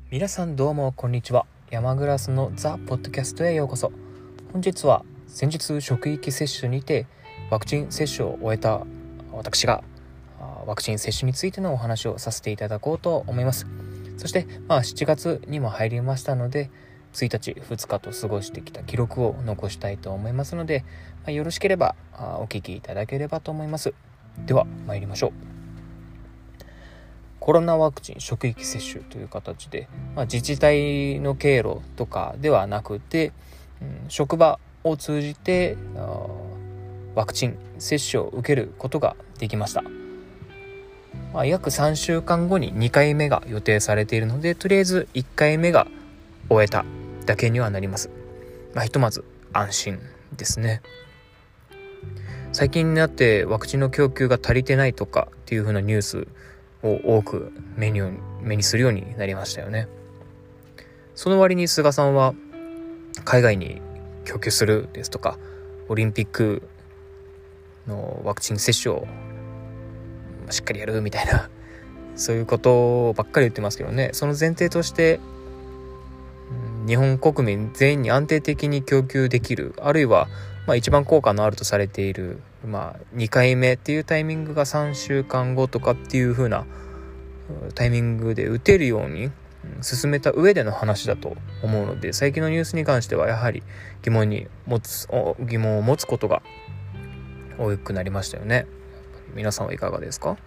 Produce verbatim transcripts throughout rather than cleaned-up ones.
皆さんどうもこんにちは。山グラスのザ・ポッドキャストへようこそ。本日は先日職域接種にてワクチン接種を終えた私がワクチン接種についてのお話をさせていただこうと思います。そして、まあ、しちがつにも入りましたのでついたちふつかと過ごしてきた記録を残したいと思いますので、まあ、よろしければお聞きいただければと思います。では参りましょう。コロナワクチン職域接種という形で、まあ、自治体の経路とかではなくて、うん、職場を通じてワクチン接種を受けることができました。まあ、約さんしゅうかんごににかいめが予定されているので、とりあえずいっかいめが終えただけにはなります。まあ、ひとまず安心ですね。最近になってワクチンの供給が足りてないとかっていう風なニュースを多く目に目にするようになりましたよね。その割に菅さんは海外に供給するですとか、オリンピックのワクチン接種をしっかりやるみたいなそういうことばっかり言ってますけどね。その前提として日本国民全員に安定的に供給できる、あるいはまあ一番効果のあるとされている、まあ、にかいめっていうタイミングがさんしゅうかんごとかっていう風なタイミングで打てるように進めた上での話だと思うので、最近のニュースに関してはやはり疑問に持つ疑問を持つことが多くなりましたよね。皆さんはいかがですか？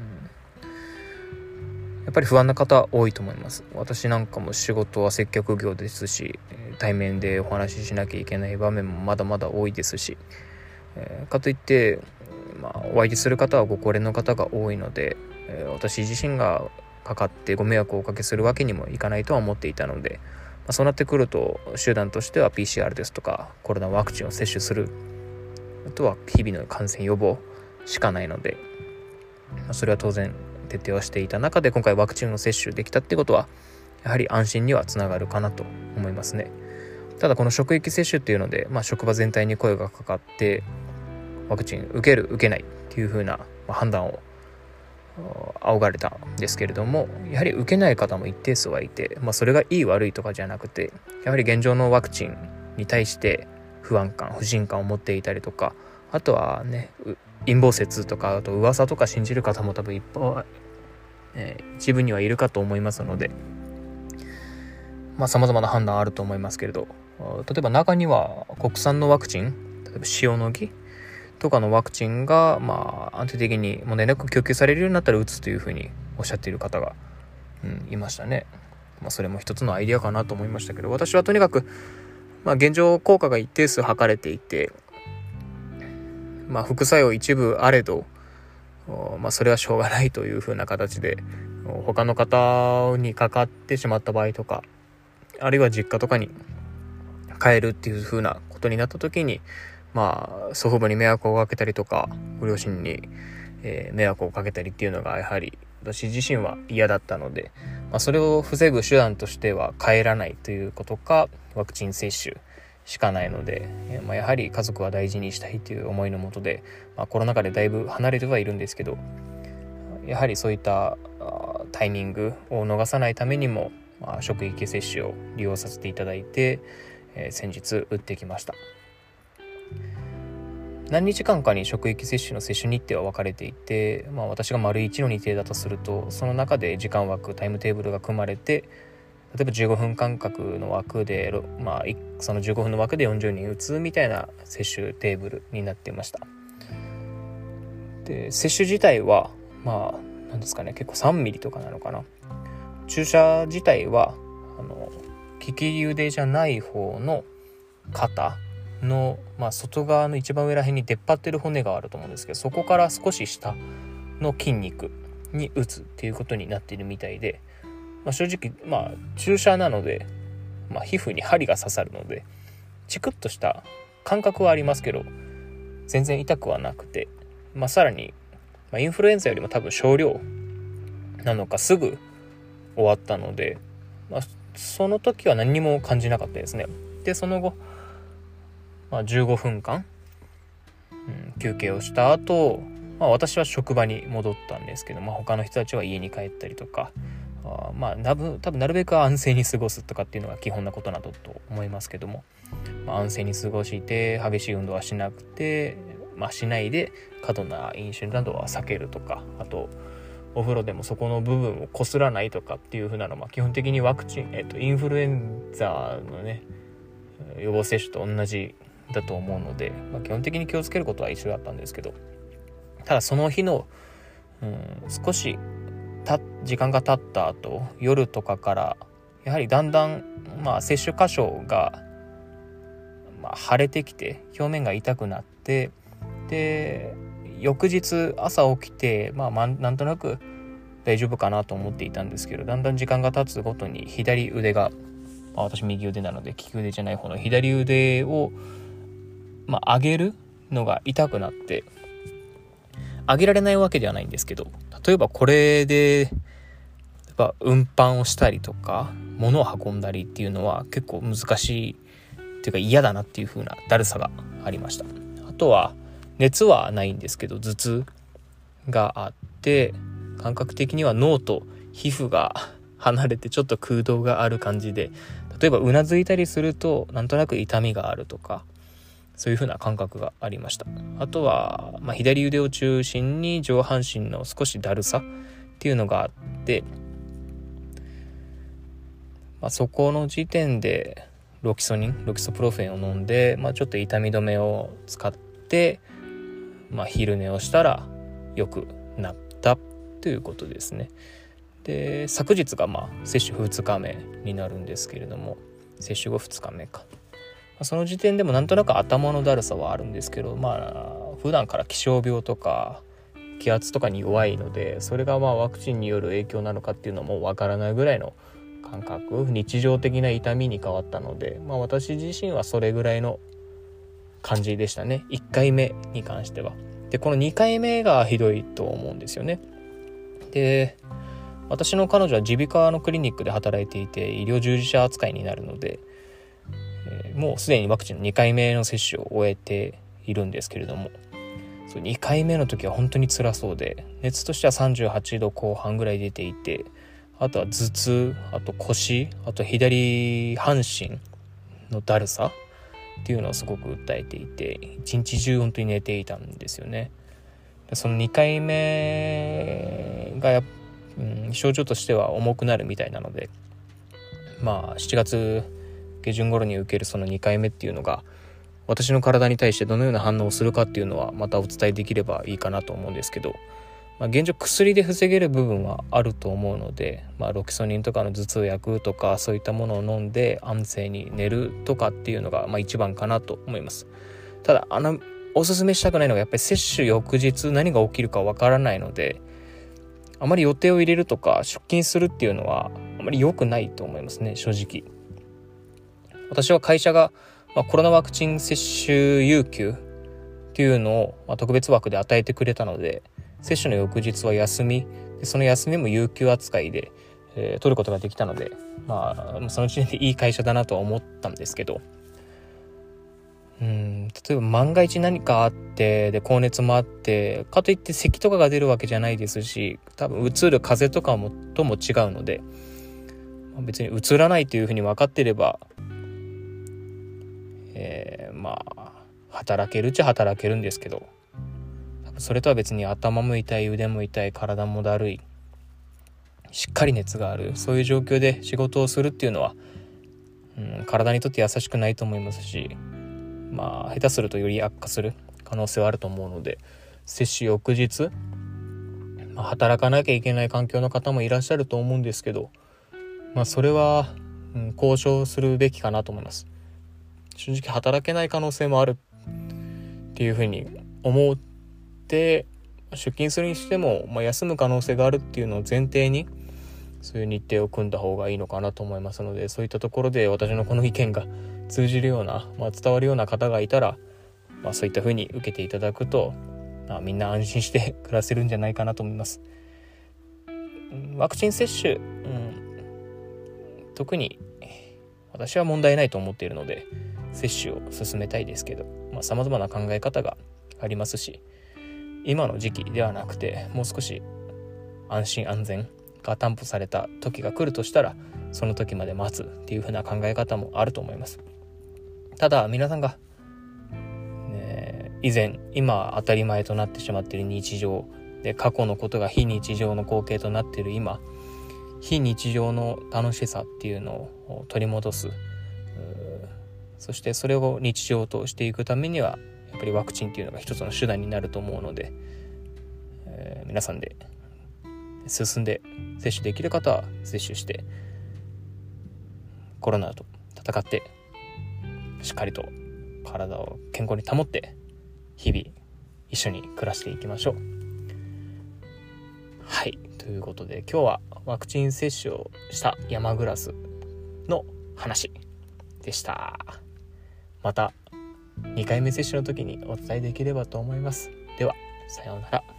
やっぱり不安な方多いと思います。私なんかも仕事は接客業ですし、対面でお話ししなきゃいけない場面もまだまだ多いですし、えー、かといって、まあ、お相手する方はご高齢の方が多いので、えー、私自身がかかってご迷惑をおかけするわけにもいかないとは思っていたので、まあ、そうなってくると手段としては ピーシーアール ですとかコロナワクチンを接種する、あとは日々の感染予防しかないので、まあ、それは当然徹底はしていた中で今回ワクチンを接種できたってことはやはり安心にはつながるかなと思いますね。ただこの職域接種っていうので、まあ、職場全体に声がかかってワクチン受ける受けないっていう風な判断を仰がれたんですけれども、やはり受けない方も一定数はいて、まあ、それがいい悪いとかじゃなくて、やはり現状のワクチンに対して不安感不信感を持っていたりとか、あとはね陰謀説とかあと噂とか信じる方も多分一方、えー、一部にはいるかと思いますので、まあ様々な判断あると思いますけれど、例えば中には国産のワクチン、例えば塩野義とかのワクチンがまあ安定的に問題なく供給されるようになったら打つというふうにおっしゃっている方が、うん、いましたね。まあ、それも一つのアイデアかなと思いましたけど、私はとにかく、まあ、現状効果が一定数測れていて、まあ、副作用一部あれど、まあ、それはしょうがないというふうな形で他の方にかかってしまった場合とか、あるいは実家とかに帰るっていうふうなことになった時に、まあ祖父母に迷惑をかけたりとかご両親に、えー、迷惑をかけたりっていうのがやはり私自身は嫌だったので、まあ、それを防ぐ手段としては帰らないということかワクチン接種しかないので、まあ、やはり家族は大事にしたいという思いのもとで、まあ、コロナ禍でだいぶ離れてはいるんですけど、やはりそういったタイミングを逃さないためにも、まあ、職域接種を利用させていただいて、えー、先日打ってきました。何日間かに職域接種の接種日程は分かれていて、まあ、私が丸いちの日程だとすると、その中で時間枠タイムテーブルが組まれて、例えばじゅうごふん間隔の枠で、まあ、そのじゅうごふんの枠でよんじゅうにん打つみたいな接種テーブルになっていました。で接種自体はまあ何ですかね、結構さんミリとかなのかな。注射自体はあの利き腕じゃない方の肩の、まあ、外側の一番上ら辺に出っ張ってる骨があると思うんですけど、そこから少し下の筋肉に打つっていうことになっているみたいで、まあ、正直まあ注射なので、まあ、皮膚に針が刺さるのでチクッとした感覚はありますけど全然痛くはなくて、まあ、さらに、まあ、インフルエンザよりも多分少量なのかすぐ終わったので、まあ、その時は何にも感じなかったですね。でその後、まあ、じゅうごふんかん、うん、休憩をした後、まあ、私は職場に戻ったんですけど、まあ、他の人たちは家に帰ったりとかあまあ多分多分なるべく安静に過ごすとかっていうのが基本なことなどと思いますけども、まあ、安静に過ごして激しい運動はしなくて、まあ、しないで過度な飲酒などは避けるとか、あとお風呂でもそこの部分をこすらないとかっていう風なのは、まあ、基本的にワクチン、えっと、インフルエンザのね予防接種と同じだと思うので、まあ、基本的に気をつけることは一緒だったんですけど、ただその日の、うん、少した時間が経った後、夜とかからやはりだんだん、まあ、接種箇所が、まあ、腫れてきて表面が痛くなって、で翌日朝起きて、まあ、なんとなく大丈夫かなと思っていたんですけど、だんだん時間が経つごとに左腕が、まあ、私右腕なので利き腕じゃない方の左腕を、まあ、上げるのが痛くなって、上げられないわけではないんですけど、例えばこれでやっぱ運搬をしたりとか物を運んだりっていうのは結構難しいっていうか嫌だなっていう風なだるさがありました。あとは熱はないんですけど頭痛があって、感覚的には脳と皮膚が離れてちょっと空洞がある感じで、例えばうなずいたりするとなんとなく痛みがあるとか、そういう風な感覚がありました。あとは、まあ、左腕を中心に上半身の少しだるさっていうのがあって、まあ、そこの時点でロキソニンロキソプロフェンを飲んで、まあ、ちょっと痛み止めを使って、まあ、昼寝をしたら良くなったということですね。で昨日がまあ接種ふつかめになるんですけれども、接種後ふつかめか、その時点でもなんとなく頭のだるさはあるんですけど、まあ普段から気象病とか気圧とかに弱いので、それがまあワクチンによる影響なのかっていうのもわからないぐらいの感覚、日常的な痛みに変わったので、まあ私自身はそれぐらいの感じでしたね、いっかいめに関しては。でこのにかいめがひどいと思うんですよね。で私の彼女は耳鼻科のクリニックで働いていて医療従事者扱いになるので、えー、もうすでにワクチンのにかいめの接種を終えているんですけれども、そうにかいめの時は本当に辛そうで、熱としてはさんじゅうはちどこう半ぐらい出ていて、あとは頭痛、あと腰、あと左半身のだるさっていうのをすごく訴えていて、一日中本当に寝ていたんですよね。そのにかいめがや、うん、症状としては重くなるみたいなので、まあしちがつ下旬頃に受けるそのにかいめっていうのが私の体に対してどのような反応をするかっていうのはまたお伝えできればいいかなと思うんですけど、まあ、現状薬で防げる部分はあると思うので、まあ、ロキソニンとかの頭痛薬とかそういったものを飲んで安静に寝るとかっていうのがまあ一番かなと思います。ただあのおすすめしたくないのがやっぱり接種翌日何が起きるかわからないので、あまり予定を入れるとか出勤するっていうのはあまり良くないと思いますね、正直。私は会社が、まあ、コロナワクチン接種有給っていうのを、まあ、特別枠で与えてくれたので、接種の翌日は休みで、その休みも有給扱いで、えー、取ることができたので、まあその時点でいい会社だなとは思ったんですけど、うん例えば万が一何かあってで高熱もあってかといって咳とかが出るわけじゃないですし、多分うつる風邪とかもとも違うので、別にうつらないというふうに分かっていれば、えー、まあ働けるっちゃ働けるんですけど、それとは別に頭も痛い、腕も痛い、体もだるい、しっかり熱がある、そういう状況で仕事をするっていうのは、うん、体にとって優しくないと思いますし、まあ下手するとより悪化する可能性はあると思うので、接種翌日、まあ、働かなきゃいけない環境の方もいらっしゃると思うんですけど、まあそれは、うん、交渉するべきかなと思います。正直働けない可能性もあるっていうふうに思って出勤するにしても、まあ、休む可能性があるっていうのを前提にそういう日程を組んだ方がいいのかなと思いますので、そういったところで私のこの意見が通じるような、まあ、伝わるような方がいたら、まあ、そういった風に受けていただくと、まあ、みんな安心して暮らせるんじゃないかなと思います。ワクチン接種、うん、特に私は問題ないと思っているので接種を進めたいですけど、まあ、様々な考え方がありますし、今の時期ではなくてもう少し安心安全が担保された時が来るとしたら、その時まで待つっていう風な考え方もあると思います。ただ皆さんが、ね、以前今当たり前となってしまっている日常で、過去のことが非日常の光景となっている今、非日常の楽しさっていうのを取り戻す、そしてそれを日常としていくためにはやっぱりワクチンっていうのが一つの手段になると思うので、えー、皆さんで進んで接種できる方は接種して、コロナと戦ってしっかりと体を健康に保って日々一緒に暮らしていきましょう。はい、ということで今日はワクチン接種をした山グラスの話でした。またにかいめ接種の時にお伝えできればと思います。ではさようなら。